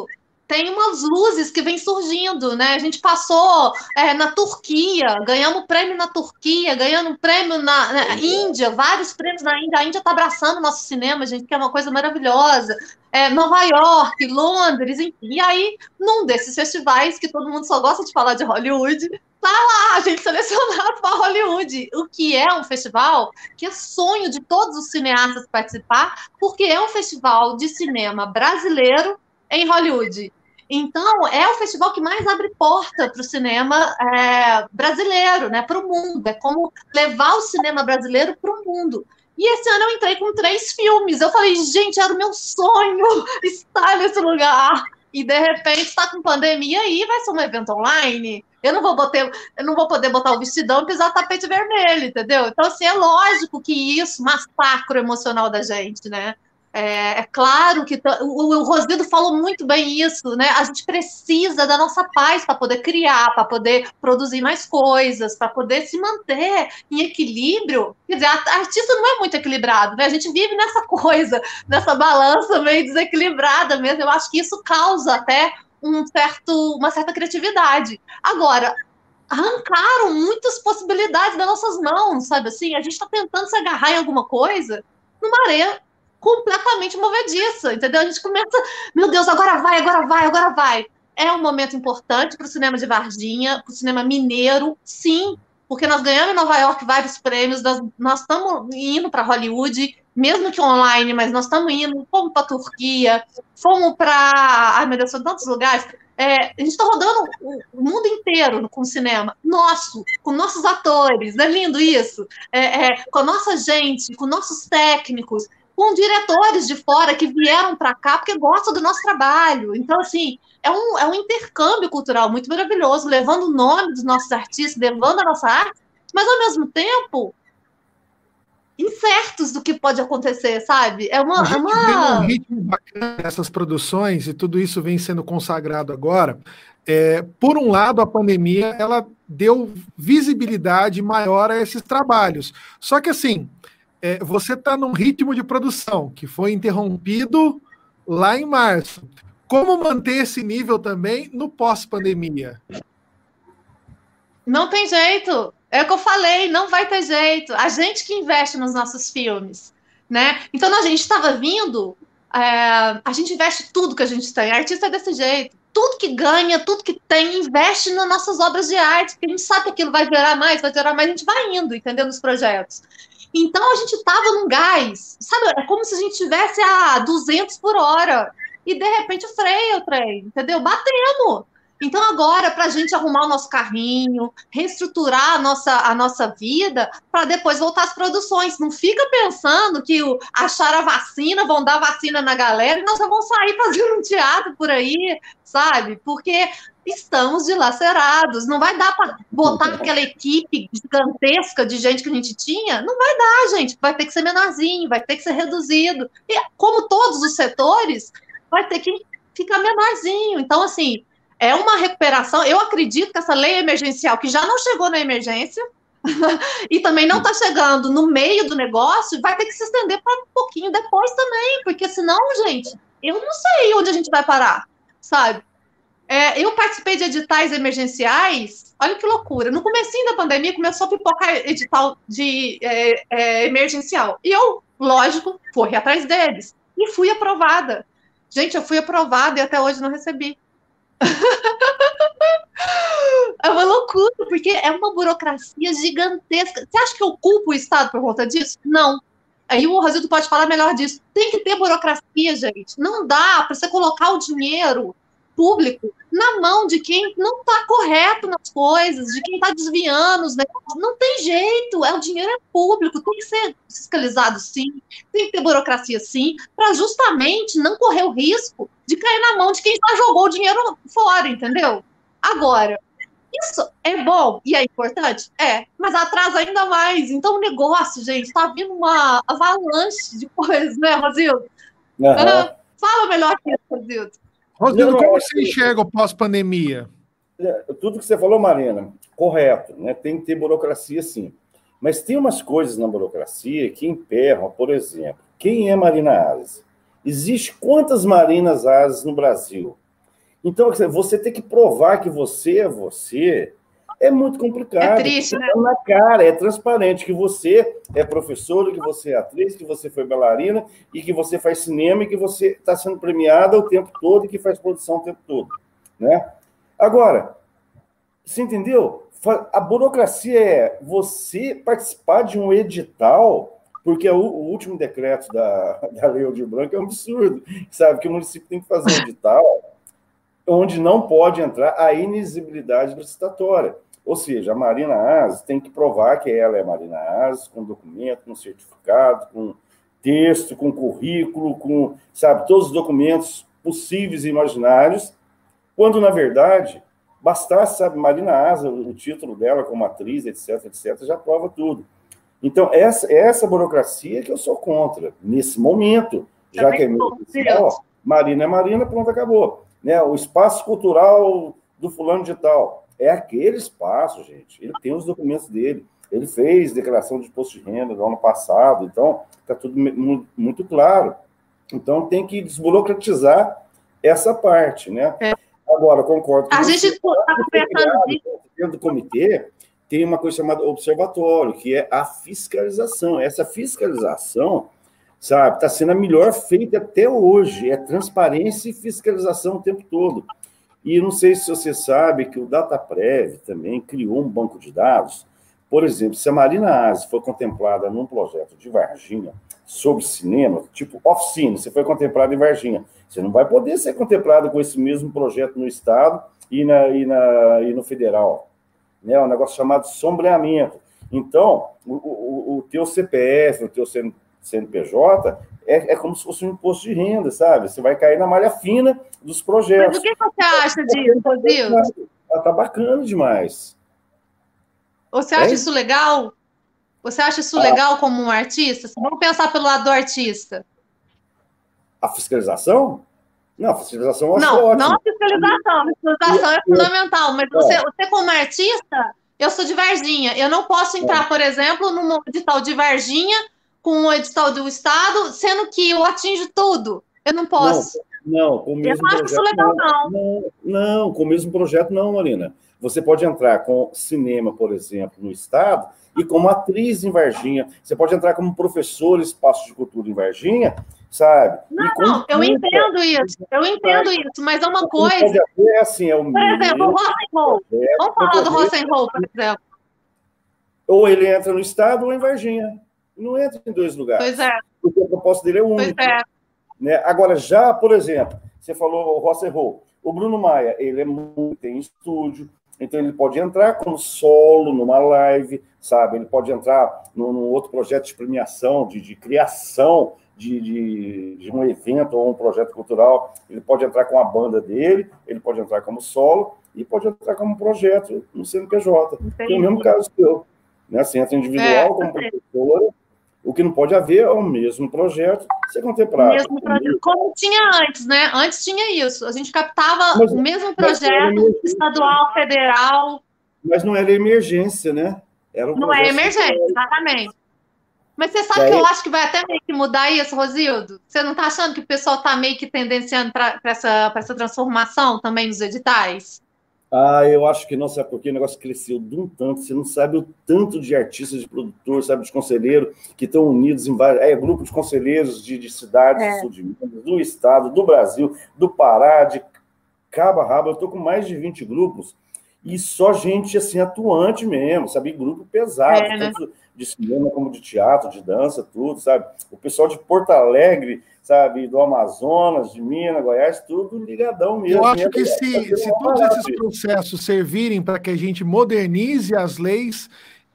tem umas luzes que vêm surgindo, né? A gente passou é, na Turquia, ganhamos prêmio na Turquia, ganhando um prêmio na, na Índia, vários prêmios na Índia. A Índia está abraçando o nosso cinema, gente, que é uma coisa maravilhosa. É, Nova York, Londres, enfim. E aí, num desses festivais que todo mundo só gosta de falar de Hollywood, tá lá a gente selecionado para Hollywood, o que é um festival que é sonho de todos os cineastas participar, porque é um festival de cinema brasileiro em Hollywood. Então, é o festival que mais abre porta para o cinema é, brasileiro, né, para o mundo. É como levar o cinema brasileiro para o mundo. E esse ano eu entrei com três filmes. Eu falei, gente, era o meu sonho estar nesse lugar. E, de repente, está com pandemia aí, vai ser um evento online. Eu não vou, botar, eu não vou poder botar o vestidão e pisar tapete vermelho, entendeu? Então, assim, é lógico que isso massacra o emocional da gente, né? É, é claro que o, o Rosido falou muito bem isso, né? A gente precisa da nossa paz para poder criar, para poder produzir mais coisas, para poder se manter em equilíbrio. Quer dizer, a, a artista não é muito equilibrado, né? A gente vive nessa coisa, nessa balança meio desequilibrada mesmo. Eu acho que isso causa até um certo, uma certa criatividade. Agora, arrancaram muitas possibilidades das nossas mãos, sabe assim? A gente está tentando se agarrar em alguma coisa numa areia completamente movediça, entendeu? A gente começa, meu Deus, agora vai, agora vai, agora vai. É um momento importante para o cinema de Varginha, para o cinema mineiro, sim, porque nós ganhamos em Nova York vários prêmios, nós estamos indo para Hollywood, mesmo que online, mas nós estamos indo, fomos para a Turquia, fomos para, ai meu Deus, são tantos lugares. É, a gente está rodando o, o mundo inteiro com cinema, nosso, com nossos atores, não é lindo isso? É, é, com a nossa gente, com nossos técnicos, com diretores de fora que vieram para cá porque gostam do nosso trabalho. Então, assim, é um, é um intercâmbio cultural muito maravilhoso, levando o nome dos nossos artistas, levando a nossa arte, mas, ao mesmo tempo, incertos do que pode acontecer, sabe? É uma... A gente é uma... vem num ritmo bacana dessas produções, e tudo isso vem sendo consagrado agora. É, por um lado, a pandemia ela deu visibilidade maior a esses trabalhos. Só que, assim, É, você está num ritmo de produção que foi interrompido lá em março. Como manter esse nível também no pós-pandemia? Não tem jeito. É o que eu falei, não vai ter jeito. A gente que investe nos nossos filmes, né? Então, a gente estava vindo, é, a gente investe tudo que a gente tem. A artista é desse jeito. Tudo que ganha, tudo que tem, investe nas nossas obras de arte, porque a gente sabe que aquilo vai gerar mais, vai gerar mais, a gente vai indo, entendeu? Nos projetos. Então, a gente estava num gás, sabe? É como se a gente estivesse a duzentos por hora e, de repente, freia o trem, entendeu? Batemos. Então, agora, para a gente arrumar o nosso carrinho, reestruturar a nossa, a nossa vida, para depois voltar às produções. Não fica pensando que o, acharam a vacina, vão dar vacina na galera e nós vamos sair fazendo um teatro por aí, sabe? Porque estamos dilacerados. Não vai dar para botar aquela equipe gigantesca de gente que a gente tinha? Não vai dar, gente. Vai ter que ser menorzinho, vai ter que ser reduzido. E, como todos os setores, vai ter que ficar menorzinho. Então, assim, é uma recuperação. Eu acredito que essa lei emergencial, que já não chegou na emergência, e também não está chegando no meio do negócio, vai ter que se estender para um pouquinho depois também, porque senão, gente, eu não sei onde a gente vai parar, sabe? É, eu participei de editais emergenciais, olha que loucura. No comecinho da pandemia começou a pipocar edital de, é, é, emergencial. E eu, lógico, corri atrás deles. E fui aprovada. Gente, eu fui aprovada e até hoje não recebi. É uma loucura, porque é uma burocracia gigantesca. Você acha que eu culpo o Estado por conta disso? Não. Aí o Rosido pode falar melhor disso. Tem que ter burocracia, gente. Não dá para você colocar o dinheiro público na mão de quem não está correto nas coisas, de quem está desviando os negócios. Não tem jeito, é, o dinheiro é público, tem que ser fiscalizado sim, tem que ter burocracia sim, para justamente não correr o risco de cair na mão de quem já jogou o dinheiro fora, entendeu? Agora, isso é bom e é importante? É, mas atrasa ainda mais. Então o negócio, gente, está vindo uma avalanche de coisas, né, Rosildo? Uhum. Ah, fala melhor que isso, Rosildo. Rosido, como você enxerga o pós-pandemia? Tudo que você falou, Marina, correto, né? Tem que ter burocracia, sim. Mas tem umas coisas na burocracia que emperram, por exemplo, quem é Marina Aze? Existe quantas Marinas Aze no Brasil? Então, você tem que provar que você é você, é muito complicado. É triste, né? Tá na cara, é transparente que você é professora, que você é atriz, que você foi bailarina, e que você faz cinema, e que você está sendo premiada o tempo todo, e que faz produção o tempo todo, né? Agora, você entendeu? A burocracia é você participar de um edital, porque o, o último decreto da, da Lei Aldir Blanc é um absurdo, sabe? Que o município tem que fazer um edital onde não pode entrar a inexigibilidade licitatória. Ou seja, a Marina Ases tem que provar que ela é Marina Ases, com documento, com certificado, com texto, com currículo, com, sabe, todos os documentos possíveis e imaginários, quando, na verdade, bastasse, sabe, Marina Ases, o título dela como atriz, etc, etc, já prova tudo. Então, essa, essa burocracia que eu sou contra, nesse momento, já que é meu, ó, Marina é Marina, pronto, acabou. Né, o espaço cultural do fulano de tal. É aquele espaço, gente. Ele tem os documentos dele. Ele fez declaração de imposto de renda no ano passado. Então, está tudo muito claro. Então, tem que desburocratizar essa parte, né? É. Agora, concordo com a você. gente está conversando disso. Dentro do comitê, tem uma coisa chamada observatório, que é a fiscalização. Essa fiscalização, sabe, está sendo a melhor feita até hoje. É transparência e fiscalização o tempo todo. E não sei se você sabe que o DataPrev também criou um banco de dados. Por exemplo, se a Marina Ases for contemplada num projeto de Varginha sobre cinema, tipo oficina, você foi contemplado em Varginha, você não vai poder ser contemplado com esse mesmo projeto no Estado e, na, e, na, e no Federal. Né? É um negócio chamado sombreamento. Então, o, o, o teu C P F, o teu C N P J, é, é como se fosse um imposto de renda, sabe? Você vai cair na malha fina dos projetos. Mas o que você acha disso, Rodrigo? Tá bacana demais. Você acha é? isso legal? Você acha isso ah. legal como um artista? Vamos pensar pelo lado do artista. A fiscalização? Não, a fiscalização eu acho Não, ótimo. não a fiscalização. A fiscalização é fundamental. Mas você, você, como artista, eu sou de Varginha. Eu não posso entrar, é. por exemplo, num edital de Varginha com o edital do Estado, sendo que eu atinjo tudo. Eu não posso. Não, não com o mesmo eu não acho isso legal, não. não. Não, com o mesmo projeto, não, Marina. Você pode entrar com cinema, por exemplo, no Estado, e como atriz em Varginha. Você pode entrar como professor em espaço de cultura em Varginha, sabe? Não, não, eu entendo isso, eu entendo isso, mas é uma coisa... Pode haver, é assim, é o por exemplo, o Rock'n'Roll. Vamos falar do Rock'n'Roll, por exemplo. Ou ele entra no Estado ou em Varginha. Não entra em dois lugares. Pois é. Porque a proposta dele é única. Pois é. Né? Agora, já, por exemplo, você falou o Rock'n'Roll. O Bruno Maia, ele é muito, tem estúdio, então ele pode entrar como solo numa live, sabe? Ele pode entrar num, num outro projeto de premiação, de, de criação de, de, de um evento ou um projeto cultural. Ele pode entrar com a banda dele, ele pode entrar como solo e pode entrar como projeto no C N P J. Tem o mesmo caso que eu. Né? Você entra individual é, como professora, o que não pode haver é o mesmo projeto ser contemplado. O mesmo projeto, como tinha antes, né? Antes tinha isso. A gente captava mas, o mesmo projeto estadual, federal. Mas não era emergência, né? Era um não é emergência, federal. Exatamente. Mas você sabe é. que eu acho que vai até meio que mudar isso, Rosildo? Você não está achando que o pessoal está meio que tendenciando para essa, essa transformação também nos editais? Ah, eu acho que não, sabe por quê? O negócio cresceu de um tanto, você não sabe o tanto de artistas, de produtores, sabe, de conselheiros que estão unidos em vários, é, grupo de conselheiros de, de cidades é. do sul de Minas, do estado, do Brasil, do Pará, de cabo a rabo, eu estou com mais de vinte grupos, e só gente, assim, atuante mesmo, sabe, grupo pesado, é, né? Tanto de cinema como de teatro, de dança, tudo, sabe, o pessoal de Porto Alegre, sabe, do Amazonas, de Minas, Goiás, tudo ligadão mesmo. Eu acho que se, se todos esses processos servirem para que a gente modernize as leis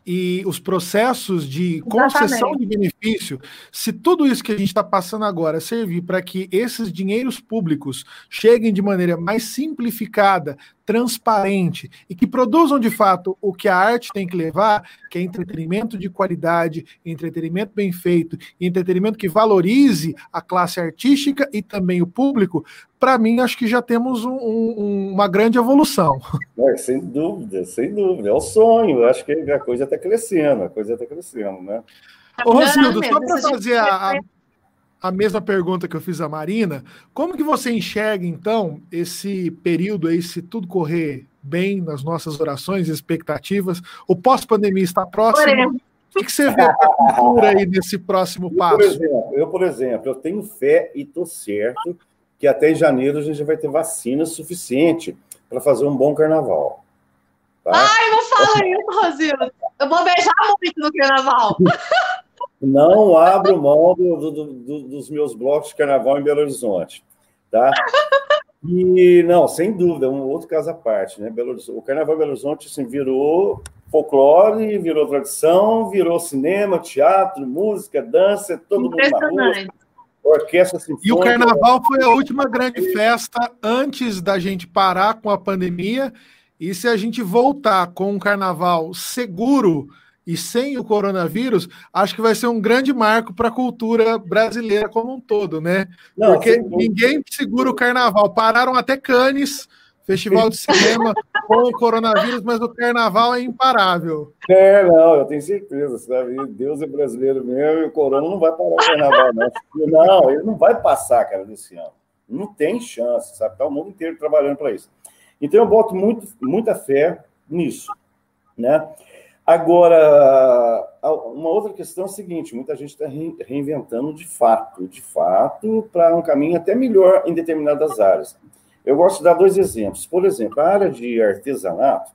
e os processos de concessão Exatamente. de benefício, se tudo isso que a gente está passando agora servir para que esses dinheiros públicos cheguem de maneira mais simplificada, transparente e que produzam de fato o que a arte tem que levar, que é entretenimento de qualidade, entretenimento bem feito, entretenimento que valorize a classe artística e também o público, para mim acho que já temos um, um, uma grande evolução. É, sem dúvida, sem dúvida, é o sonho, eu acho que a coisa está crescendo, a coisa está crescendo, né? Ô, Rosildo, só para fazer a, a, a mesma pergunta que eu fiz à Marina. Como que você enxerga, então, esse período aí, se tudo correr bem nas nossas orações e expectativas? O pós-pandemia está próximo. O que, que você vê da cultura aí nesse próximo eu, passo? Por exemplo, eu, por exemplo, eu tenho fé e estou certo que até em janeiro a gente vai ter vacina suficiente para fazer um bom carnaval. Tá? Ai, não fala isso, Rosila. Eu vou beijar muito no carnaval. Não abro mão do, do, do, dos meus blocos de carnaval em Belo Horizonte. Tá? E, não, sem dúvida, um outro caso à parte. Né? Belo, o carnaval em Belo Horizonte assim, virou folclore, virou tradição, virou cinema, teatro, música, dança, todo mundo na rua. Orquestra sinfônica. E o carnaval foi a última grande festa antes da gente parar com a pandemia. E se a gente voltar com um carnaval seguro e sem o coronavírus, acho que vai ser um grande marco para a cultura brasileira como um todo, né? Não, porque ninguém segura o carnaval. Pararam até Cannes, Festival de Cinema, com o coronavírus, mas o carnaval é imparável. É, não, eu tenho certeza, sabe? Deus é brasileiro mesmo e o corona não vai parar o carnaval, não. Não, ele não vai passar, cara, desse ano. Não tem chance, sabe? Está o mundo inteiro trabalhando para isso. Então, eu boto muito, muita fé nisso, né? Agora, uma outra questão é a seguinte, muita gente está reinventando de fato, de fato, para um caminho até melhor em determinadas áreas. Eu gosto de dar dois exemplos. Por exemplo, a área de artesanato,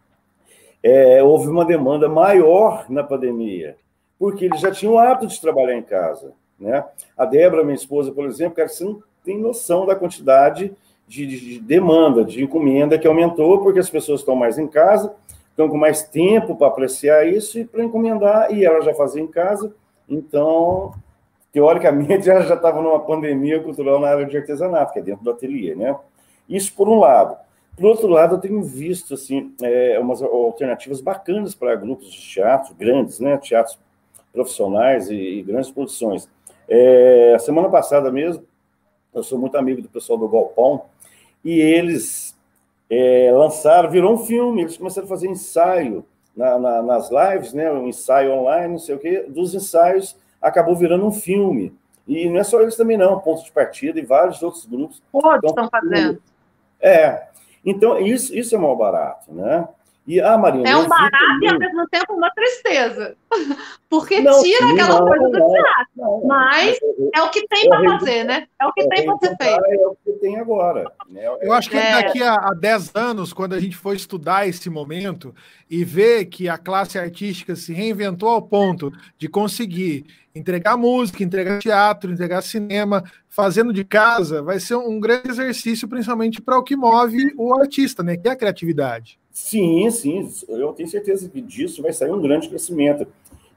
é, houve uma demanda maior na pandemia, porque eles já tinham o hábito de trabalhar em casa, né? A Débora, minha esposa, por exemplo, cara, você não tem noção da quantidade de, de, de demanda, de encomenda que aumentou, porque as pessoas estão mais em casa, estão com mais tempo para apreciar isso e para encomendar, e ela já fazia em casa, então, teoricamente, ela já estava numa pandemia cultural na área de artesanato, que é dentro do ateliê, né? Isso por um lado. Por outro lado, eu tenho visto, assim, é, umas alternativas bacanas para grupos de teatro, grandes, né? Teatros profissionais e, e grandes produções. É, a semana passada mesmo, eu sou muito amigo do pessoal do Galpão, e eles é, lançaram, virou um filme, eles começaram a fazer ensaio na, na, nas lives, né, um ensaio online, não sei o quê, dos ensaios acabou virando um filme. E não é só eles também não, Ponto de Partida e vários outros grupos. Todos estão fazendo. É, então isso, isso é mal barato, né? E, ah, Marina, é um barato também... e, ao mesmo tempo, uma tristeza. Porque não, tira sim, aquela não, coisa do não, teatro. não, não, mas eu, é o que tem para fazer, né? É o que tem para ser feito. É o que tem agora. Né? Eu acho que é. daqui a, a dez anos, quando a gente for estudar esse momento e ver que a classe artística se reinventou ao ponto de conseguir entregar música, entregar teatro, entregar cinema, fazendo de casa, vai ser um grande exercício, principalmente para o que move o artista, né? Que é a criatividade. Sim, sim, eu tenho certeza que disso vai sair um grande crescimento.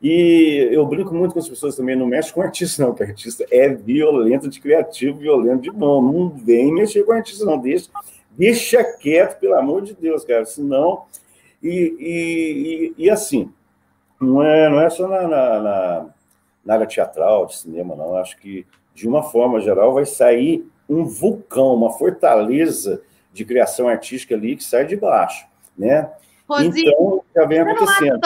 E eu brinco muito com as pessoas também, não mexe com artista, não, porque artista é violento de criativo, violento de bom. Não vem mexer com artista, não. Deixa, deixa quieto, pelo amor de Deus, cara. Senão. E, e, e, e assim, não é, não é só na, na, na, na área teatral, de cinema, não. Eu acho que, de uma forma geral, vai sair um vulcão, uma fortaleza de criação artística ali que sai de baixo. Né? Rosinha, então, já vem acontecendo.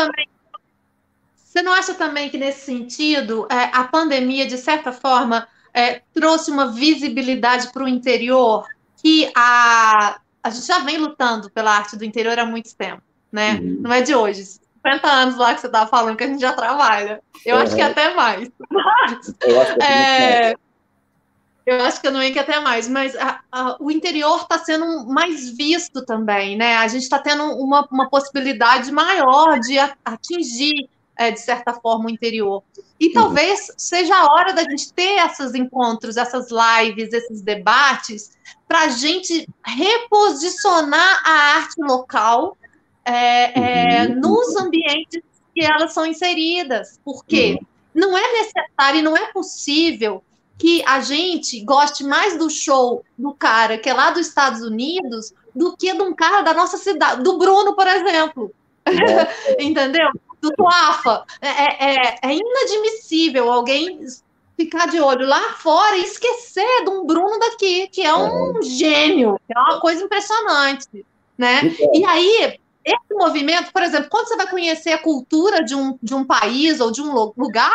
Você não acha também que, nesse sentido, é, a pandemia, de certa forma, é, trouxe uma visibilidade para o interior que a, a gente já vem lutando pela arte do interior há muito tempo, né? Uhum. Não é de hoje. cinquenta anos lá que você estava falando que a gente já trabalha. Eu uhum. acho que até mais. Mas, Eu acho que é... Eu acho que eu não ia que até mais, mas a, a, o interior está sendo mais visto também, né? A gente está tendo uma, uma possibilidade maior de a, atingir, é, de certa forma, o interior. E uhum. talvez seja a hora da gente ter esses encontros, essas lives, esses debates, para a gente reposicionar a arte local é, uhum. é, nos ambientes que elas são inseridas. Porque uhum. não é necessário e não é possível que a gente goste mais do show do cara que é lá dos Estados Unidos do que de um cara da nossa cidade, do Bruno, por exemplo. Entendeu? Do Tuafa. É, é, é inadmissível alguém ficar de olho lá fora e esquecer de um Bruno daqui, que é um é. gênio, que é uma coisa impressionante. Né? É. E aí, esse movimento, por exemplo, quando você vai conhecer a cultura de um, de um país ou de um lugar,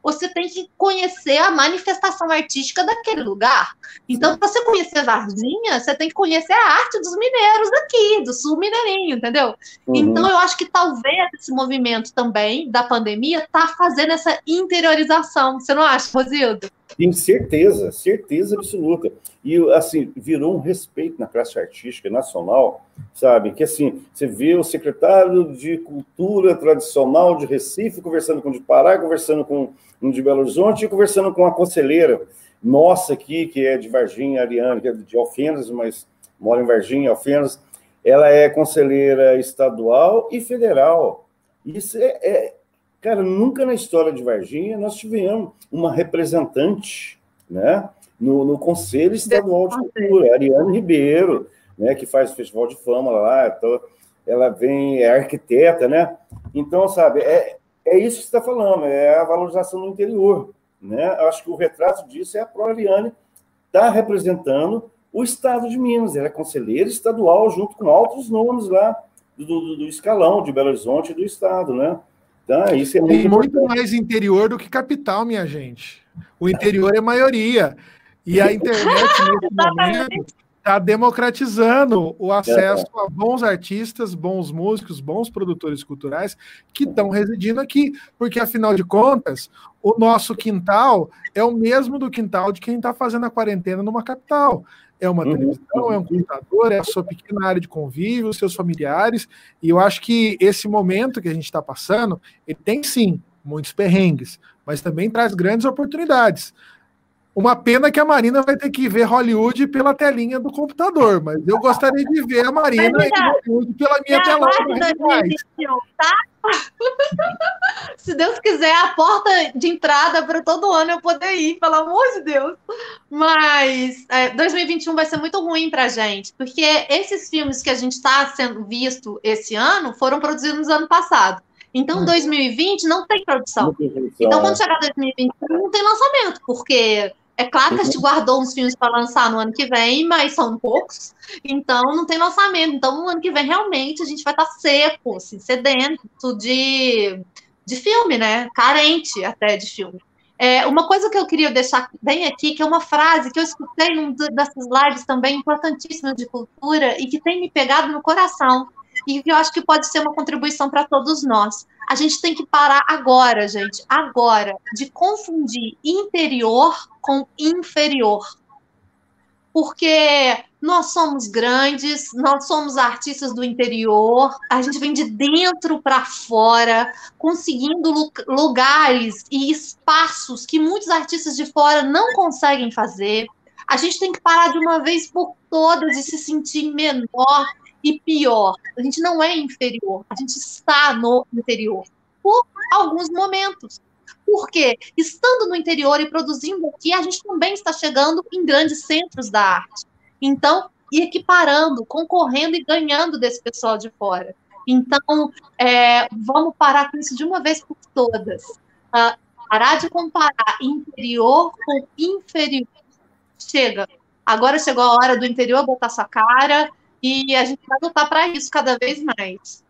você tem que conhecer a manifestação artística daquele lugar. Então, para você conhecer Varginha, você tem que conhecer a arte dos mineiros aqui, do sul mineirinho, entendeu? Uhum. Então, eu acho que talvez esse movimento também da pandemia está fazendo essa interiorização. Você não acha, Rosildo? Tenho certeza, certeza absoluta. E, assim, virou um respeito na classe artística nacional, sabe? Que, assim, você vê o secretário de Cultura Tradicional de Recife conversando com o de Pará, conversando com um de Belo Horizonte e conversando com a conselheira nossa aqui, que é de Varginha, Ariane, que é de Alfenas, mas mora em Varginha, Alfenas. Ela é conselheira estadual e federal. Isso é... é Cara, nunca na história de Varginha nós tivemos uma representante, né, no, no Conselho Estadual de Cultura, Ariane Ribeiro, né, que faz o Festival de Fama lá, então, ela vem, é arquiteta, né? Então, sabe, é, é isso que você está falando, é a valorização do interior, né? Eu acho que o retrato disso é a própria Ariane está representando o Estado de Minas, ela é conselheira estadual junto com outros nomes lá do, do, do escalão de Belo Horizonte e do Estado, né? Então, isso é muito Tem muito mais interior do que capital, minha gente. O interior é maioria. E a internet, nesse momento, está democratizando o acesso a bons artistas, bons músicos, bons produtores culturais que estão residindo aqui. Porque, afinal de contas, o nosso quintal é o mesmo do quintal de quem está fazendo a quarentena numa capital. É uma televisão, é um computador, é a sua pequena área de convívio, os seus familiares, e eu acho que esse momento que a gente está passando, ele tem sim muitos perrengues, mas também traz grandes oportunidades. Uma pena que a Marina vai ter que ver Hollywood pela telinha do computador, mas eu gostaria de ver a Marina em Hollywood pela minha telão. Tá? Se Deus quiser, a porta de entrada para todo ano eu poder ir, pelo amor de Deus. Mas é, dois mil e vinte e um vai ser muito ruim para a gente, porque esses filmes que a gente está sendo visto esse ano foram produzidos no ano passado. Então, dois mil e vinte não tem produção. Não tem produção, então, quando chegar dois mil e vinte e um, não tem lançamento, porque é claro que a gente guardou uns filmes para lançar no ano que vem, mas são poucos, então não tem lançamento. Então, no ano que vem, realmente, a gente vai estar seco, assim, sedento de, de filme, né? Carente até de filme. É, uma coisa que eu queria deixar bem aqui, que é uma frase que eu escutei num dessas lives também importantíssimas de cultura e que tem me pegado no coração, e que eu acho que pode ser uma contribuição para todos nós. A gente tem que parar agora, gente, agora, de confundir interior com inferior. Porque nós somos grandes, nós somos artistas do interior, a gente vem de dentro para fora, conseguindo lugares e espaços que muitos artistas de fora não conseguem fazer. A gente tem que parar de uma vez por todas de se sentir menor e pior. A gente não é inferior, a gente está no interior por alguns momentos. Porque, estando no interior e produzindo aqui, a gente também está chegando em grandes centros da arte. Então, equiparando, concorrendo e ganhando desse pessoal de fora. Então, é, vamos parar com isso de uma vez por todas. Uh, parar de comparar interior com inferior. Chega. Agora chegou a hora do interior botar sua cara e a gente vai lutar para isso cada vez mais.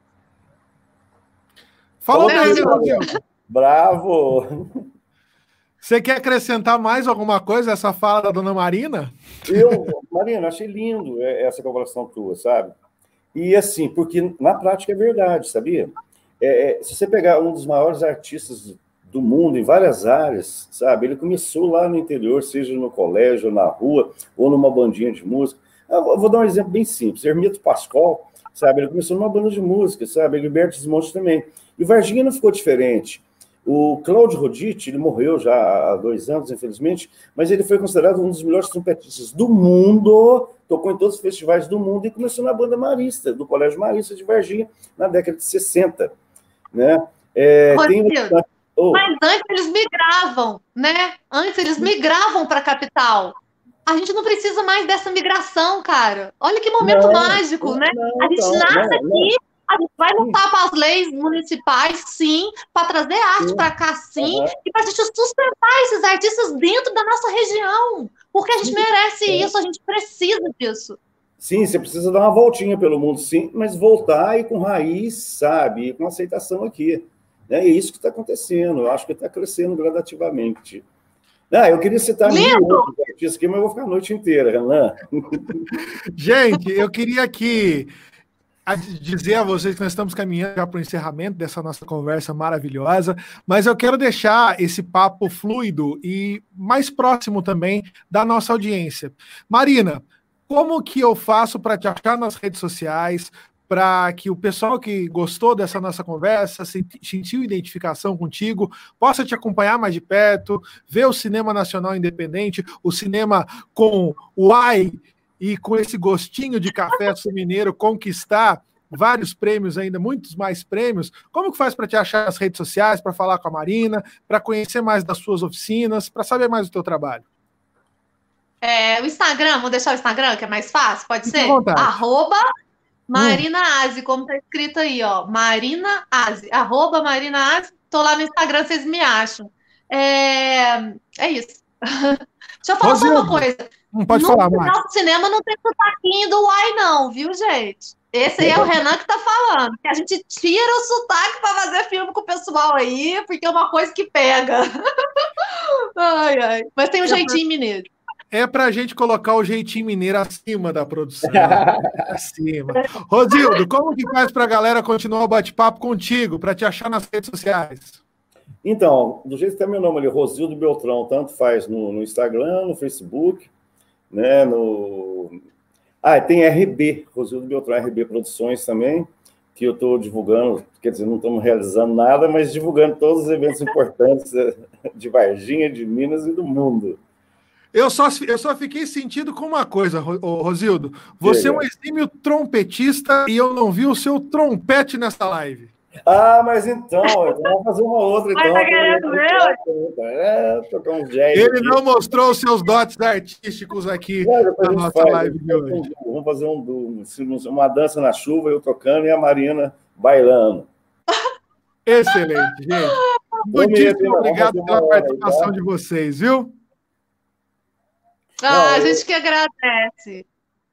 Falou bem, Brasil. Bravo! Você quer acrescentar mais alguma coisa a essa fala da dona Marina? Eu, Marina, achei lindo essa comparação tua, sabe? E assim, porque na prática é verdade, sabia? É, é, se você pegar um dos maiores artistas do mundo em várias áreas, sabe? Ele começou lá no interior, seja no colégio, na rua, ou numa bandinha de música. Eu vou dar um exemplo bem simples. Hermeto Pascoal, sabe? Ele começou numa banda de música, sabe? Gilberto Gismonte também. E Varginha não ficou diferente. O Cláudio Roditi, ele morreu já há dois anos, infelizmente, mas ele foi considerado um dos melhores trompetistas do mundo, tocou em todos os festivais do mundo e começou na banda Marista, do Colégio Marista de Varginha, na década de sessenta. Né? É, tem... oh. Mas antes eles migravam, né? Antes eles migravam para a capital. A gente não precisa mais dessa migração, cara. Olha que momento não, mágico, não, né? Não, a gente não, nasce não, aqui... Não. A gente vai lutar para as leis municipais, sim, para trazer arte para cá, sim, uhum. e para a gente sustentar esses artistas dentro da nossa região, porque a gente merece é. isso, a gente precisa disso. Sim, você precisa dar uma voltinha pelo mundo, sim, mas voltar e com raiz, sabe, e com aceitação aqui, É isso que está acontecendo. Eu acho que está crescendo gradativamente. Ah, eu queria citar mil outros artistas aqui, mas eu vou ficar a noite inteira, Renan. Gente, eu queria aqui dizer a vocês que nós estamos caminhando já para o encerramento dessa nossa conversa maravilhosa, mas eu quero deixar esse papo fluido e mais próximo também da nossa audiência. Marina, como que eu faço para te achar nas redes sociais, para que o pessoal que gostou dessa nossa conversa, sentiu identificação contigo, possa te acompanhar mais de perto, ver o cinema nacional independente, o cinema com o ai e com esse gostinho de café sul-mineiro conquistar vários prêmios ainda, muitos mais prêmios. Como que faz para te achar nas redes sociais, para falar com a Marina, para conhecer mais das suas oficinas, para saber mais do teu trabalho? É, o Instagram, vou deixar o Instagram, que é mais fácil, pode Fique ser? à vontade. Arroba Marina Aze, como tá escrito aí, ó. Marina Aze, arroba Marina Aze. Tô lá no Instagram, vocês me acham. É, é isso. Deixa eu falar só uma coisa. Não pode no falar, Mari. No cinema não tem sotaquinho do uai, não, viu, gente? Esse aí é o Renan que tá falando. Que a gente tira o sotaque para fazer filme com o pessoal aí, porque é uma coisa que pega. Ai, ai. Mas tem um é jeitinho pra... mineiro. É pra gente colocar o jeitinho mineiro acima da produção. Acima. Rosildo, como que faz pra galera continuar o bate-papo contigo, para te achar nas redes sociais? Então, do jeito que tá meu nome ali, Rosildo Beltrão, tanto faz no, no Instagram, no Facebook, né, no... Ah, tem R B, Rosildo Beltrão, R B Produções também, que eu estou divulgando, quer dizer, não estamos realizando nada, mas divulgando todos os eventos importantes de Varginha, de Minas e do mundo. Eu só, eu só fiquei sentindo com uma coisa, Rosildo. Você é um exímio trompetista e eu não vi o seu trompete nessa live. Ah, mas então, então vamos fazer uma outra. Então. Tá querendo é, tocar uns jazz Ele aqui. não mostrou os seus dotes artísticos aqui é, na nossa faz, live de hoje. Um, vamos fazer um, uma dança na chuva, eu tocando e a Marina bailando. Excelente, gente. Muitíssimo obrigado pela participação hora, de vocês, viu? Ah, a gente que agradece.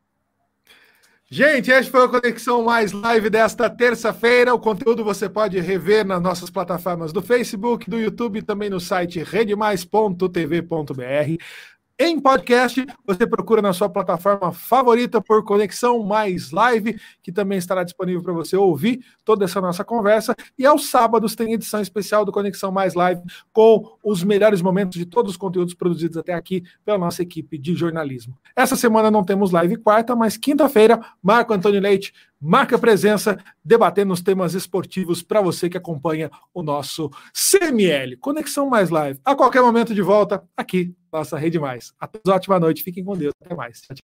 Gente, esta foi a Conexão Mais Live desta terça-feira. O conteúdo você pode rever nas nossas plataformas do Facebook, do YouTube e também no site rede mais ponto t v ponto b r. Em podcast, você procura na sua plataforma favorita por Conexão Mais Live, que também estará disponível para você ouvir toda essa nossa conversa. E aos sábados tem edição especial do Conexão Mais Live com os melhores momentos de todos os conteúdos produzidos até aqui pela nossa equipe de jornalismo. Essa semana não temos live quarta, mas quinta-feira, Marco Antônio Leite marca presença, debatendo os temas esportivos para você que acompanha o nosso C M L, Conexão Mais Live. A qualquer momento de volta aqui, nossa Rede Mais. Até ótima noite, fiquem com Deus, até mais. Tchau, tchau.